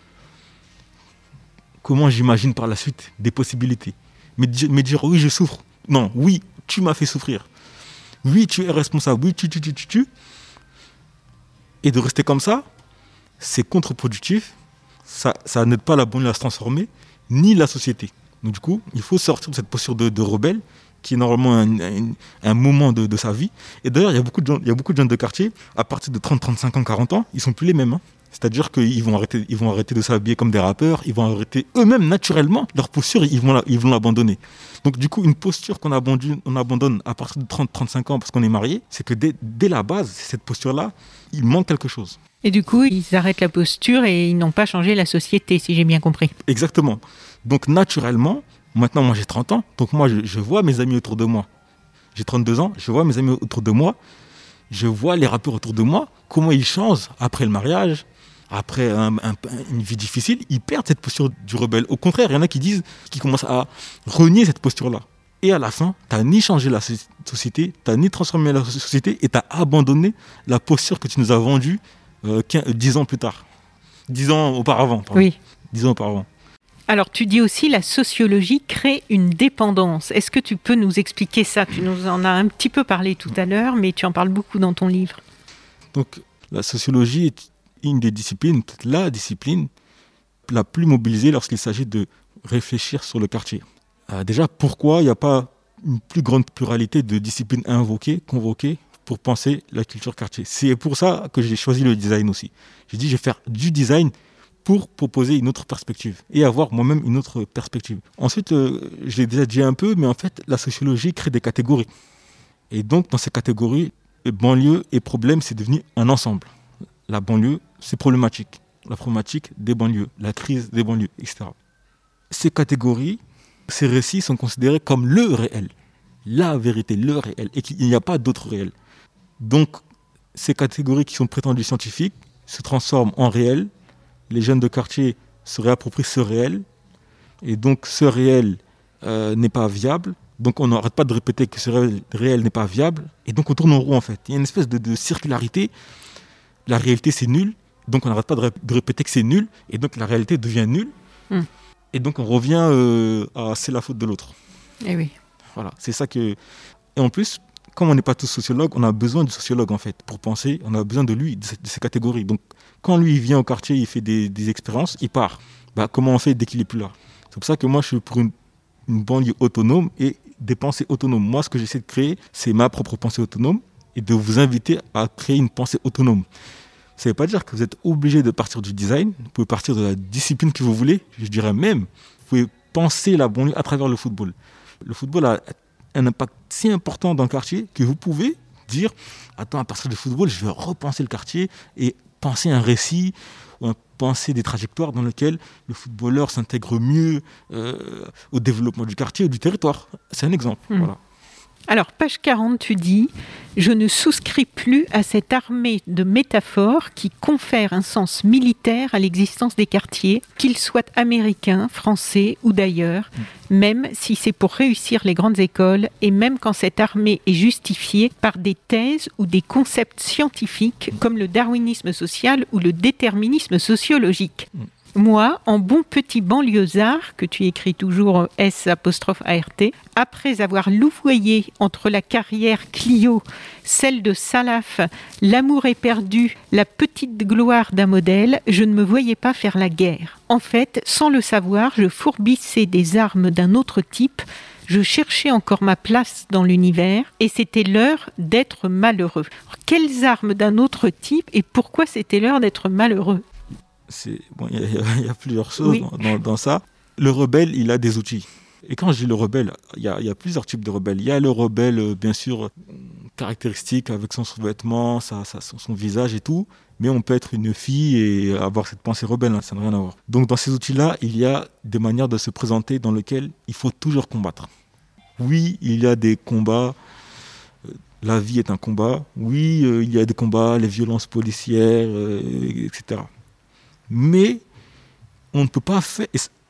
Comment j'imagine par la suite des possibilités ? Mais, di- mais dire oui, je souffre. Non, oui, tu m'as fait souffrir. Oui, tu es responsable. Oui, tu, tu, tu, tu, tu. Et de rester comme ça, c'est contre-productif. Ça, ça n'aide pas la banlieue à se transformer, ni la société. Donc du coup, il faut sortir de cette posture de, de rebelle, qui est normalement un, un, un moment de, de sa vie. Et d'ailleurs, il y a beaucoup de gens, il y a beaucoup de jeunes de quartier, à partir de trente, trente-cinq ans, quarante ans, ils ne sont plus les mêmes. Hein. C'est-à-dire qu'ils vont arrêter, ils vont arrêter de s'habiller comme des rappeurs, ils vont arrêter eux-mêmes naturellement leur posture, ils vont, la, ils vont l'abandonner. Donc du coup, une posture qu'on abandonne, on abandonne à partir de trente, trente-cinq ans parce qu'on est marié, c'est que dès, dès la base, cette posture-là, il manque quelque chose. Et du coup, ils arrêtent la posture et ils n'ont pas changé la société, si j'ai bien compris. Exactement. Donc naturellement, maintenant moi j'ai trente ans, donc moi je, je vois mes amis autour de moi. J'ai trente-deux ans, je vois mes amis autour de moi, je vois les rappeurs autour de moi, comment ils changent après le mariage, après un, un, une vie difficile, ils perdent cette posture du rebelle. Au contraire, il y en a qui disent, qui commencent à renier cette posture-là. Et à la fin, tu n'as ni changé la société, tu n'as ni transformé la société et tu as abandonné la posture que tu nous as vendue euh, dix ans plus tard. Dix ans auparavant. Pardon. Oui. Dix ans auparavant. Alors, tu dis aussi la sociologie crée une dépendance. Est-ce que tu peux nous expliquer ça ? Tu nous en as un petit peu parlé tout à l'heure, mais tu en parles beaucoup dans ton livre. Donc, la sociologie est une des disciplines, peut-être la discipline la plus mobilisée lorsqu'il s'agit de réfléchir sur le quartier. Euh, déjà, pourquoi il n'y a pas une plus grande pluralité de disciplines invoquées, convoquées pour penser la culture quartier ? C'est pour ça que j'ai choisi le design aussi. J'ai dit, je vais faire du design pour proposer une autre perspective et avoir moi-même une autre perspective. Ensuite, euh, je l'ai déjà dit un peu, mais en fait, la sociologie crée des catégories. Et donc, dans ces catégories, banlieue et problème, c'est devenu un ensemble. La banlieue, c'est problématique. La problématique des banlieues, la crise des banlieues, et cetera. Ces catégories, ces récits sont considérés comme le réel, la vérité, le réel, et qu'il n'y a pas d'autre réel. Donc, ces catégories qui sont prétendues scientifiques se transforment en réel. Les jeunes de quartier se réapproprient ce réel, et donc ce réel euh, n'est pas viable. Donc on n'arrête pas de répéter que ce réel, réel n'est pas viable, et donc on tourne en rond en fait. Il y a une espèce de, de circularité. La réalité c'est nul, donc on n'arrête pas de, ré- de répéter que c'est nul, et donc la réalité devient nulle, mm. et donc on revient euh, à c'est la faute de l'autre. Eh oui. Voilà, c'est ça que. Et en plus, comme on n'est pas tous sociologues, on a besoin du sociologue en fait pour penser, on a besoin de lui, de, de ces catégories. Donc quand lui il vient au quartier, il fait des, des expériences, il part. Bah, comment on fait dès qu'il n'est plus là? C'est pour ça que moi je suis pour une, une banlieue autonome et des pensées autonomes. Moi ce que j'essaie de créer, c'est ma propre pensée autonome et de vous inviter à créer une pensée autonome. Ça ne veut pas dire que vous êtes obligé de partir du design, vous pouvez partir de la discipline que vous voulez, je dirais même, vous pouvez penser la banlieue à travers le football. Le football a un impact si important dans le quartier que vous pouvez dire « Attends, à partir du football, je vais repenser le quartier et penser un récit, ou un, penser des trajectoires dans lesquelles le footballeur s'intègre mieux euh, au développement du quartier ou du territoire. » C'est un exemple. Mmh. Voilà. Alors, page quarante, tu dis « Je ne souscris plus à cette armée de métaphores qui confère un sens militaire à l'existence des quartiers, qu'ils soient américains, français ou d'ailleurs, mmh. même si c'est pour réussir les grandes écoles et même quand cette armée est justifiée par des thèses ou des concepts scientifiques comme le darwinisme social ou le déterminisme sociologique. Mmh. » Moi, en bon petit banlieusard, que tu écris toujours S apostrophe A R T, après avoir louvoyé entre la carrière Clio, celle de Salaf, l'amour est perdu, la petite gloire d'un modèle, je ne me voyais pas faire la guerre. En fait, sans le savoir, je fourbissais des armes d'un autre type, je cherchais encore ma place dans l'univers et c'était l'heure d'être malheureux. Alors, quelles armes d'un autre type et pourquoi c'était l'heure d'être malheureux ? Il bon, y, y, y a plusieurs choses oui. dans, dans, dans ça. Le rebelle, il a des outils. Et quand je dis le rebelle, il y, y a plusieurs types de rebelles. Il y a le rebelle, bien sûr, caractéristique avec son sous-vêtement, sa, sa, son visage et tout. Mais on peut être une fille et avoir cette pensée rebelle, hein, ça n'a rien à voir. Donc dans ces outils-là, il y a des manières de se présenter dans lesquelles il faut toujours combattre. Oui, il y a des combats. La vie est un combat. Oui, euh, il y a des combats, les violences policières, euh, et cetera. Mais on ne peut pas faire,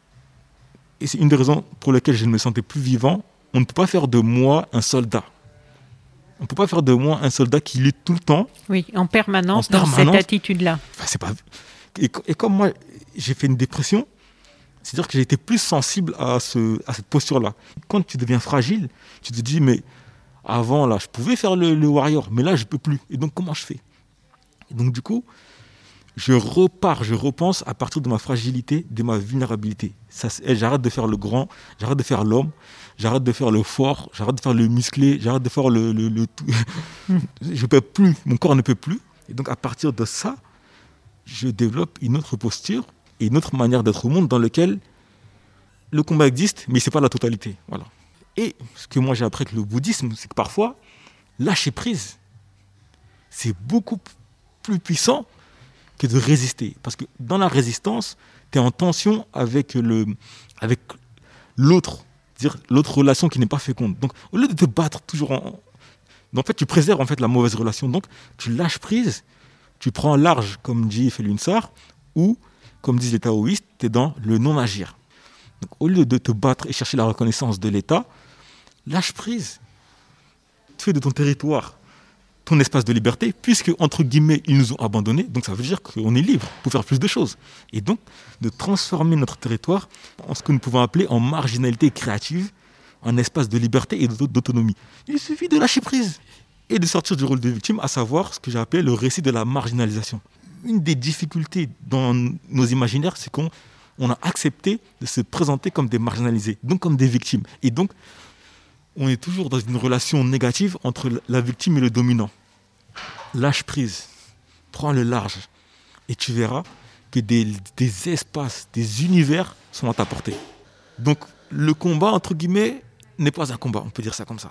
et c'est une des raisons pour lesquelles je ne me sentais plus vivant, on ne peut pas faire de moi un soldat. On ne peut pas faire de moi un soldat qui lutte tout le temps. Oui, en permanence, en dans permanence. Cette attitude-là. Enfin, c'est pas... et, et comme moi, j'ai fait une dépression, c'est-à-dire que j'ai été plus sensible à, ce, à cette posture-là. Quand tu deviens fragile, tu te dis, mais avant, là, je pouvais faire le, le warrior, mais là, je ne peux plus. Et donc, comment je fais ? Et donc, du coup, je repars, je repense à partir de ma fragilité, de ma vulnérabilité. Ça, j'arrête de faire le grand, j'arrête de faire l'homme, j'arrête de faire le fort, j'arrête de faire le musclé, j'arrête de faire le, le, le tout. Je ne peux plus, mon corps ne peut plus. Et donc à partir de ça, je développe une autre posture et une autre manière d'être au monde dans laquelle le combat existe, mais ce n'est pas la totalité. Voilà. Et ce que moi j'ai appris avec le bouddhisme, c'est que parfois, lâcher prise, c'est beaucoup plus puissant que de résister. Parce que dans la résistance, tu es en tension avec, le, avec l'autre, c'est-à-dire l'autre relation qui n'est pas féconde. Donc, au lieu de te battre toujours en... En fait, tu préserves en fait, la mauvaise relation. Donc, tu lâches prise, tu prends large, comme dit Felwine Sarr, ou, comme disent les taoïstes, tu es dans le non-agir. Donc, au lieu de te battre et chercher la reconnaissance de l'État, lâche prise. Tu fais de ton territoire ton espace de liberté, puisque, entre guillemets, ils nous ont abandonnés. Donc, ça veut dire qu'on est libre pour faire plus de choses. Et donc, de transformer notre territoire en ce que nous pouvons appeler en marginalité créative, en espace de liberté et d'autonomie. Il suffit de lâcher prise et de sortir du rôle de victime, à savoir ce que j'ai appelé le récit de la marginalisation. Une des difficultés dans nos imaginaires, c'est qu'on on a accepté de se présenter comme des marginalisés, donc comme des victimes. Et donc, on est toujours dans une relation négative entre la victime et le dominant. Lâche prise, prends le large, et tu verras que des, des espaces, des univers sont à ta portée. Donc, le combat, entre guillemets, n'est pas un combat, on peut dire ça comme ça.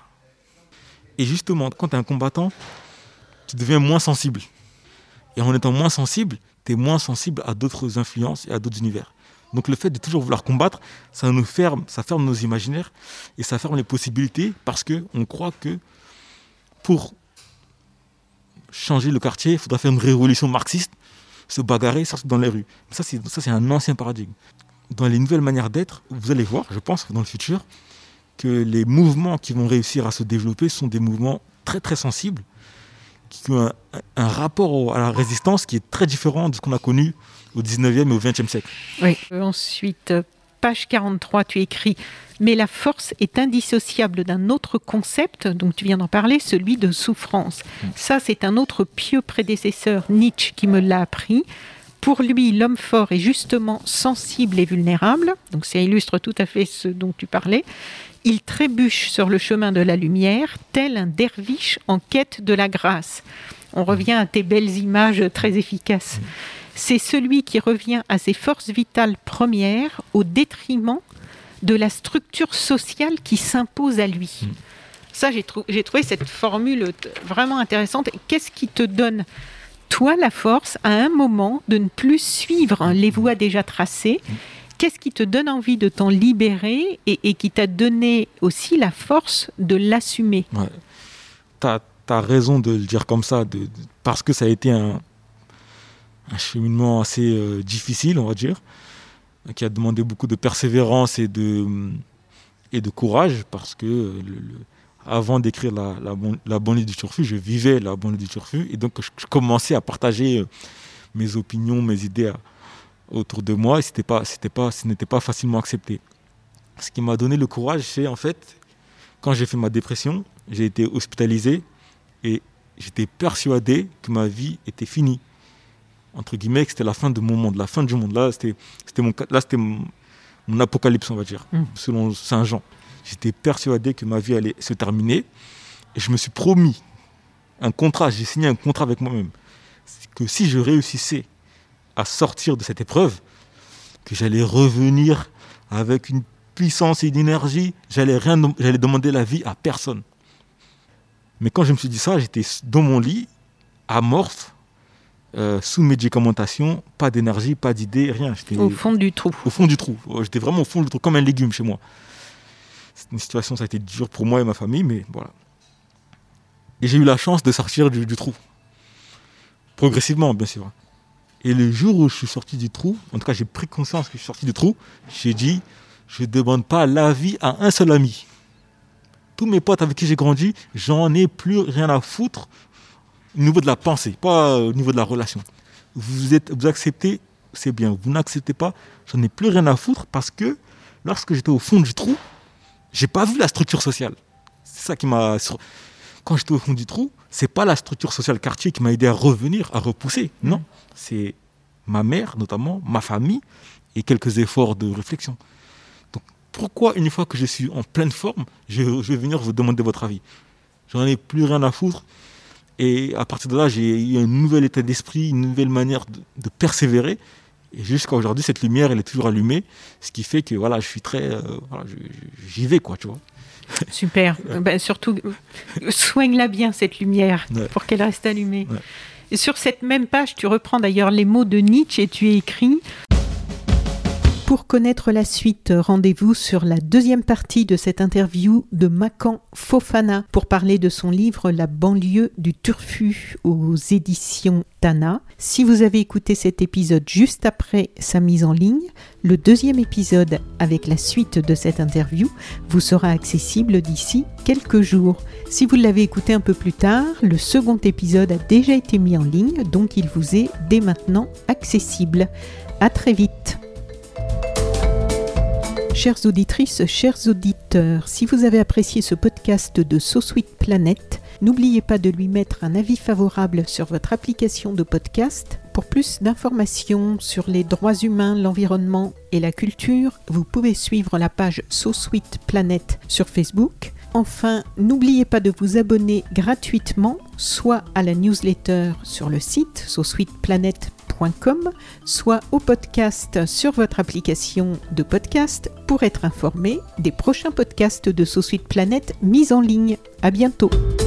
Et justement, quand tu es un combattant, tu deviens moins sensible. Et en étant moins sensible, tu es moins sensible à d'autres influences et à d'autres univers. Donc le fait de toujours vouloir combattre, ça nous ferme, ça ferme nos imaginaires et ça ferme les possibilités parce qu'on croit que pour changer le quartier, il faudra faire une révolution marxiste, se bagarrer, sortir dans les rues. Ça c'est, ça, c'est un ancien paradigme. Dans les nouvelles manières d'être, vous allez voir, je pense, dans le futur, que les mouvements qui vont réussir à se développer sont des mouvements très très sensibles, qui ont un, un rapport à la résistance qui est très différent de ce qu'on a connu au dix-neuvième et au vingtième siècle. Oui. Euh, ensuite, page quarante-trois, tu écris « Mais la force est indissociable d'un autre concept, donc tu viens d'en parler, celui de souffrance. » Ça, c'est un autre pieux prédécesseur, Nietzsche, qui me l'a appris. Pour lui, l'homme fort est justement sensible et vulnérable, donc ça illustre tout à fait ce dont tu parlais. Il trébuche sur le chemin de la lumière, tel un derviche en quête de la grâce. On revient à tes belles images très efficaces. C'est celui qui revient à ses forces vitales premières au détriment de la structure sociale qui s'impose à lui. Mmh. Ça, j'ai, trou- j'ai trouvé cette formule t- vraiment intéressante. Qu'est-ce qui te donne, toi, la force, à un moment, de ne plus suivre les voies déjà tracées ? Qu'est-ce qui te donne envie de t'en libérer et, et qui t'a donné aussi la force de l'assumer ? Ouais. T'as, t'as raison de le dire comme ça, de, de, parce que ça a été un, un cheminement assez euh, difficile, on va dire, qui a demandé beaucoup de persévérance et de, et de courage, parce que le, le, avant d'écrire la, la, la banlieue du Turfu, je vivais la banlieue du Turfu, et donc je, je commençais à partager mes opinions, mes idées à, autour de moi, et c'était pas, c'était pas, ce n'était pas facilement accepté. Ce qui m'a donné le courage, c'est en fait, quand j'ai fait ma dépression, j'ai été hospitalisé, et j'étais persuadé que ma vie était finie. Entre guillemets, que c'était la fin de mon monde, la fin du monde. Là, c'était, c'était, mon, là, c'était mon, mon apocalypse, on va dire, mmh. selon Saint Jean. J'étais persuadé que ma vie allait se terminer. Et je me suis promis un contrat, j'ai signé un contrat avec moi-même, que si je réussissais à sortir de cette épreuve, que j'allais revenir avec une puissance et une énergie, j'allais, rien, j'allais demander la vie à personne. Mais quand je me suis dit ça, j'étais dans mon lit, amorphe, euh, sous médicamentation, pas d'énergie, pas d'idée, rien. J'étais au fond du trou. Au fond du trou. J'étais vraiment au fond du trou, comme un légume chez moi. C'est une situation, ça a été dur pour moi et ma famille, mais voilà. Et j'ai eu la chance de sortir du, du trou. Progressivement, bien sûr. Et le jour où je suis sorti du trou, en tout cas j'ai pris conscience que je suis sorti du trou, j'ai dit, je ne demande pas l'avis à un seul ami. Tous mes potes avec qui j'ai grandi, j'en ai plus rien à foutre au niveau de la pensée, pas au niveau de la relation. Vous, êtes, vous acceptez, c'est bien. Vous n'acceptez pas, j'en ai plus rien à foutre parce que lorsque j'étais au fond du trou, j'ai pas vu la structure sociale. C'est ça qui m'a... Quand j'étais au fond du trou, c'est pas la structure sociale quartier qui m'a aidé à revenir, à repousser. Non, mmh. C'est ma mère notamment, ma famille et quelques efforts de réflexion. Donc pourquoi une fois que je suis en pleine forme, je, je vais venir vous demander votre avis ? J'en ai plus rien à foutre. Et à partir de là, j'ai eu un nouvel état d'esprit, une nouvelle manière de, de persévérer. Et jusqu'à aujourd'hui, cette lumière, elle est toujours allumée. Ce qui fait que voilà, je suis très... Euh, voilà, je, je, j'y vais, quoi, tu vois. Super. Ben, surtout, soigne-la bien, cette lumière, ouais. pour qu'elle reste allumée. Ouais. Et sur cette même page, tu reprends d'ailleurs les mots de Nietzsche et tu écris... Pour connaître la suite, rendez-vous sur la deuxième partie de cette interview de Makan Fofana pour parler de son livre « La banlieue du Turfu » aux éditions Tana. Si vous avez écouté cet épisode juste après sa mise en ligne, le deuxième épisode avec la suite de cette interview vous sera accessible d'ici quelques jours. Si vous l'avez écouté un peu plus tard, le second épisode a déjà été mis en ligne, donc il vous est dès maintenant accessible. À très vite. Chères auditrices, chers auditeurs, si vous avez apprécié ce podcast de So Sweet Planet, n'oubliez pas de lui mettre un avis favorable sur votre application de podcast. Pour plus d'informations sur les droits humains, l'environnement et la culture, vous pouvez suivre la page So Sweet Planet sur Facebook. Enfin, n'oubliez pas de vous abonner gratuitement, soit à la newsletter sur le site so sweet planet point com, soit au podcast sur votre application de podcast pour être informé des prochains podcasts de So Sweet Planet mis en ligne. À bientôt.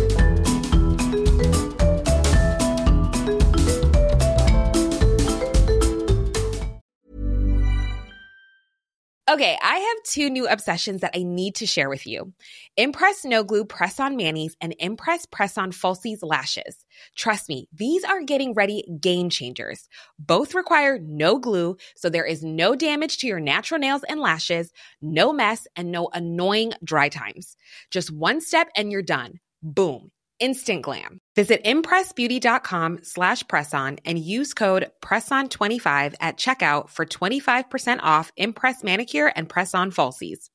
Okay, I have two new obsessions that I need to share with you. Impress No Glue Press-On Manis and Impress Press-On Falsies Lashes. Trust me, these are getting ready game changers. Both require no glue, so there is no damage to your natural nails and lashes, no mess, and no annoying dry times. Just one step and you're done. Boom. Instant glam. Visit impressbeauty.com slash presson and use code presson twenty-five at checkout for twenty-five percent off Impress manicure and press-on falsies.